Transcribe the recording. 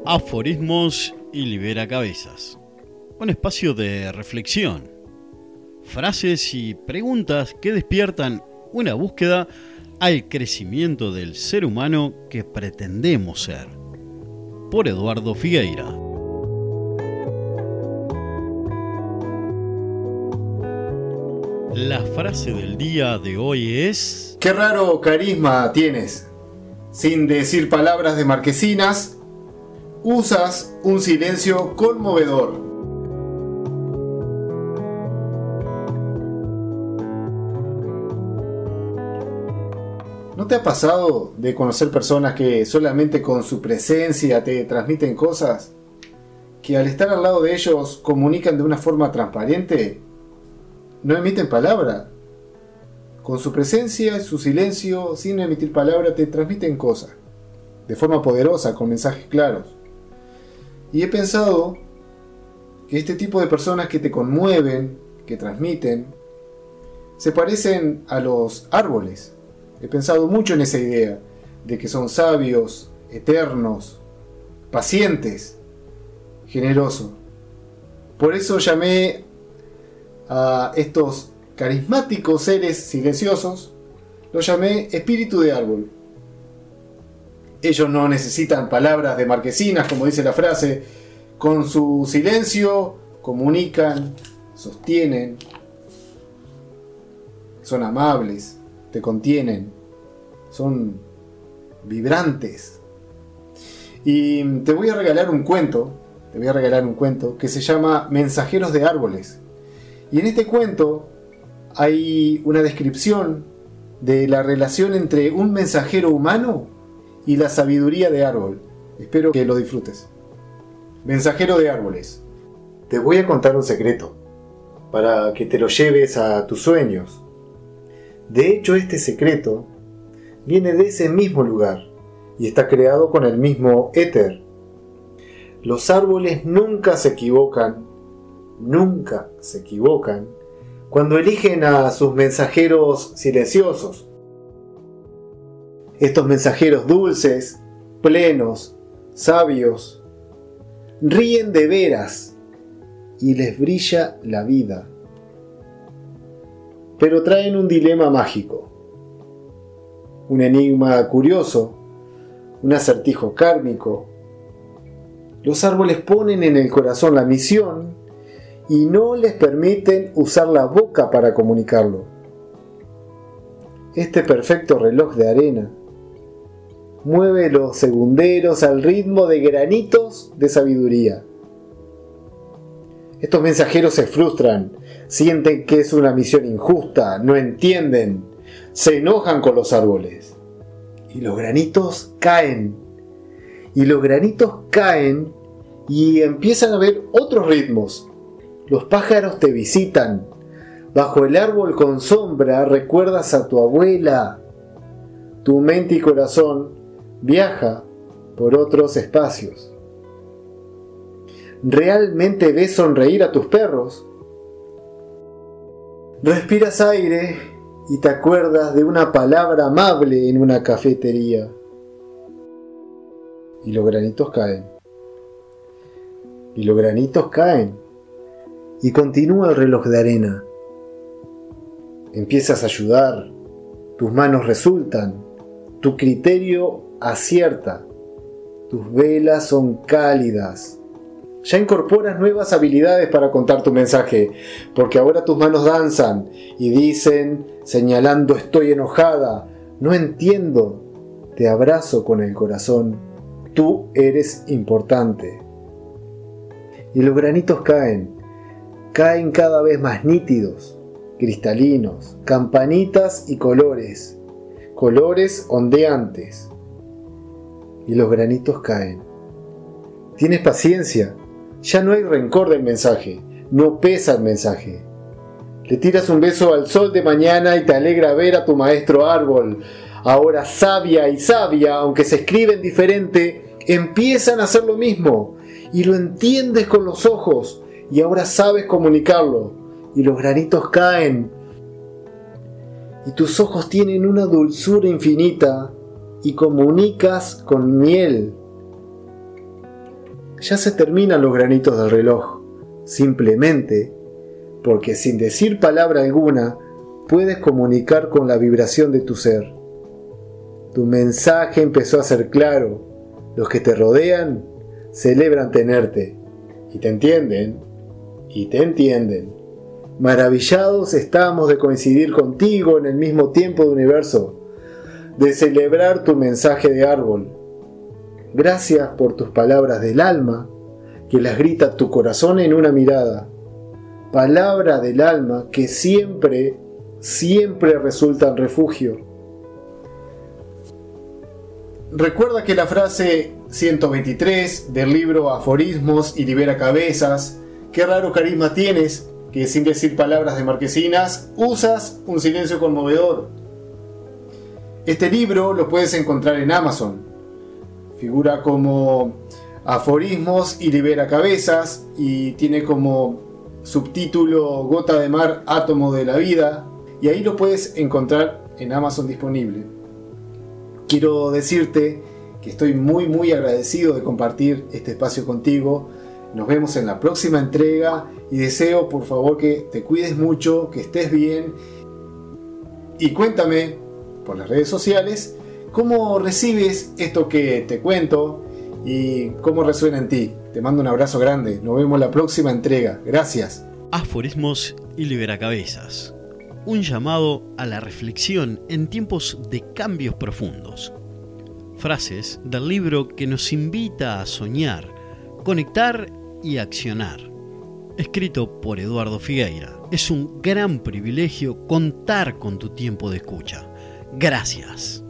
Aforismos y Libera Cabezas. Un espacio de reflexión, frases y preguntas que despiertan una búsqueda al crecimiento del ser humano que pretendemos ser. Por Eduardo Figueira. La frase del día de hoy es: ¡qué raro carisma tienes! Sin decir palabras de marquesinas, usas un silencio conmovedor. ¿No te ha pasado de conocer personas que solamente con su presencia te transmiten cosas? Que al estar al lado de ellos comunican de una forma transparente, no emiten palabra. Con su presencia y su silencio, sin emitir palabra, te transmiten cosas de forma poderosa, con mensajes claros. Y he pensado que este tipo de personas que te conmueven, que transmiten, se parecen a los árboles. He pensado mucho en esa idea, de que son sabios, eternos, pacientes, generosos. Por eso llamé a estos carismáticos seres silenciosos, los llamé espíritu de árbol. Ellos no necesitan palabras de marquesinas, como dice la frase. Con su silencio comunican, sostienen, son amables, te contienen, son vibrantes. Y te voy a regalar un cuento que se llama Mensajeros de Árboles. Y en este cuento hay una descripción de la relación entre un mensajero humano y la sabiduría de árbol. Espero que lo disfrutes. Mensajero de árboles. Te voy a contar un secreto para que te lo lleves a tus sueños. De hecho, este secreto viene de ese mismo lugar y está creado con el mismo éter. Los árboles nunca se equivocan cuando eligen a sus mensajeros silenciosos. Estos mensajeros dulces, plenos, sabios, ríen de veras y les brilla la vida. Pero traen un dilema mágico, un enigma curioso, un acertijo kármico. Los árboles ponen en el corazón la misión y no les permiten usar la boca para comunicarlo. Este perfecto reloj de arena mueve los segunderos al ritmo de granitos de sabiduría. Estos mensajeros se frustran, sienten que es una misión injusta, no entienden, se enojan con los árboles. Y los granitos caen. Y empiezan a haber otros ritmos. Los pájaros te visitan. Bajo el árbol con sombra recuerdas a tu abuela. Tu mente y corazón viaja por otros espacios. ¿Realmente ves sonreír a tus perros? Respiras aire y te acuerdas de una palabra amable en una cafetería. Y los granitos caen. Y continúa el reloj de arena. Empiezas a ayudar. Tus manos resultan. Tu criterio acierta. Tus velas son cálidas. Ya incorporas nuevas habilidades para contar tu mensaje, porque ahora tus manos danzan y dicen, señalando estoy enojada, no entiendo, te abrazo con el corazón, tú eres importante. Y los granitos caen cada vez más nítidos, cristalinos, campanitas y colores ondeantes. Y los granitos caen. Tienes paciencia, ya no hay rencor del mensaje, no pesa el mensaje. Le tiras un beso al sol de mañana y te alegra ver a tu maestro árbol. Ahora sabia, aunque se escriben diferente, empiezan a hacer lo mismo. Y lo entiendes con los ojos, y ahora sabes comunicarlo. Y los granitos caen. Y tus ojos tienen una dulzura infinita, y comunicas con miel. ya se terminan los granitos del reloj, simplemente porque sin decir palabra alguna puedes comunicar con la vibración de tu ser. Tu mensaje empezó a ser claro, los que te rodean celebran tenerte, y te entienden, Maravillados estamos de coincidir contigo en el mismo tiempo de universo, de celebrar tu mensaje de árbol. Gracias por tus palabras del alma, que las grita tu corazón en una mirada. Palabra del alma que siempre resultan refugio. Recuerda que la frase 123 del libro Aforismos y Libera Cabezas, qué raro carisma tienes, que sin decir palabras de marquesinas, usas un silencio conmovedor. Este libro lo puedes encontrar en Amazon. Figura como Aforismos y Libera Cabezas y tiene como subtítulo Gota de mar, átomo de la vida, y ahí lo puedes encontrar en Amazon disponible. Quiero decirte que estoy muy agradecido de compartir este espacio contigo. Nos vemos en la próxima entrega y deseo por favor que te cuides mucho, que estés bien, y cuéntame por las redes sociales cómo recibes esto que te cuento y cómo resuena en ti. Te mando un abrazo grande, nos vemos en la próxima entrega. Gracias. Aforismos y Liberacabezas. Un llamado a la reflexión en tiempos de cambios profundos. Frases del libro que nos invita a soñar, conectar y accionar. Escrito por Eduardo Figueira. Es un gran privilegio contar con tu tiempo de escucha. Gracias.